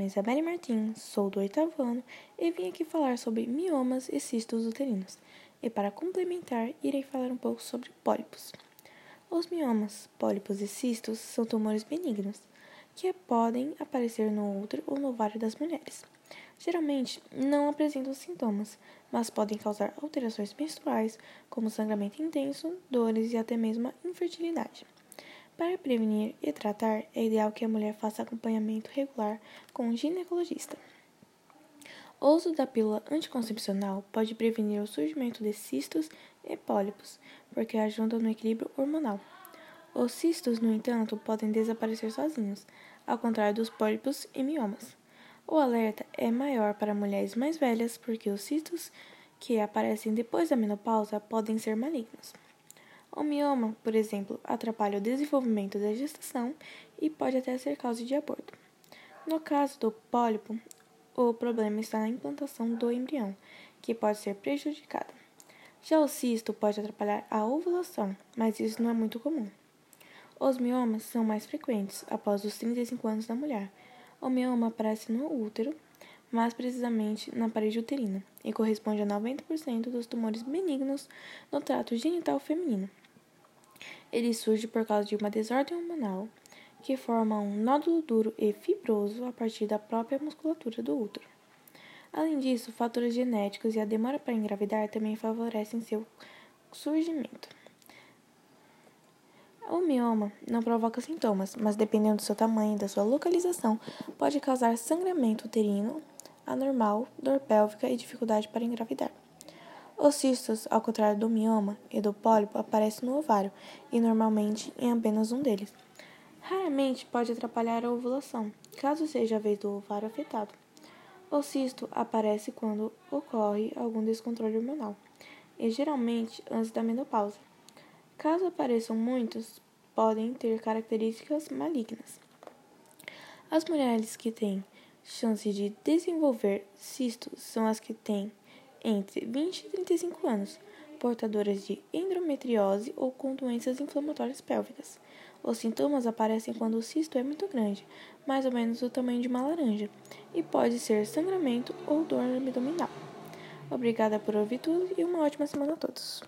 Isabelle Martins, sou do 8º ano e vim aqui falar sobre miomas e cistos uterinos. E para complementar, irei falar um pouco sobre pólipos. Os miomas, pólipos e cistos são tumores benignos, que podem aparecer no útero ou no ovário das mulheres. Geralmente, não apresentam sintomas, mas podem causar alterações menstruais, como sangramento intenso, dores e até mesmo a infertilidade. Para prevenir e tratar, é ideal que a mulher faça acompanhamento regular com um ginecologista. O uso da pílula anticoncepcional pode prevenir o surgimento de cistos e pólipos, porque ajuda no equilíbrio hormonal. Os cistos, no entanto, podem desaparecer sozinhos, ao contrário dos pólipos e miomas. O alerta é maior para mulheres mais velhas, porque os cistos que aparecem depois da menopausa podem ser malignos. O mioma, por exemplo, atrapalha o desenvolvimento da gestação e pode até ser causa de aborto. No caso do pólipo, o problema está na implantação do embrião, que pode ser prejudicada. Já o cisto pode atrapalhar a ovulação, mas isso não é muito comum. Os miomas são mais frequentes após os 35 anos da mulher. O mioma aparece no útero, mais precisamente na parede uterina, e corresponde a 90% dos tumores benignos no trato genital feminino. Ele surge por causa de uma desordem hormonal que forma um nódulo duro e fibroso a partir da própria musculatura do útero. Além disso, fatores genéticos e a demora para engravidar também favorecem seu surgimento. O mioma não provoca sintomas, mas dependendo do seu tamanho e da sua localização, pode causar sangramento uterino anormal, dor pélvica e dificuldade para engravidar. Os cistos, ao contrário do mioma e do pólipo, aparecem no ovário e normalmente em apenas um deles. Raramente pode atrapalhar a ovulação, caso seja a vez do ovário afetado. O cisto aparece quando ocorre algum descontrole hormonal, e geralmente antes da menopausa. Caso apareçam muitos, podem ter características malignas. As mulheres que têm chance de desenvolver cistos são as que têm entre 20 e 35 anos, portadoras de endometriose ou com doenças inflamatórias pélvicas. Os sintomas aparecem quando o cisto é muito grande, mais ou menos do tamanho de uma laranja, e pode ser sangramento ou dor abdominal. Obrigada por ouvir tudo e uma ótima semana a todos.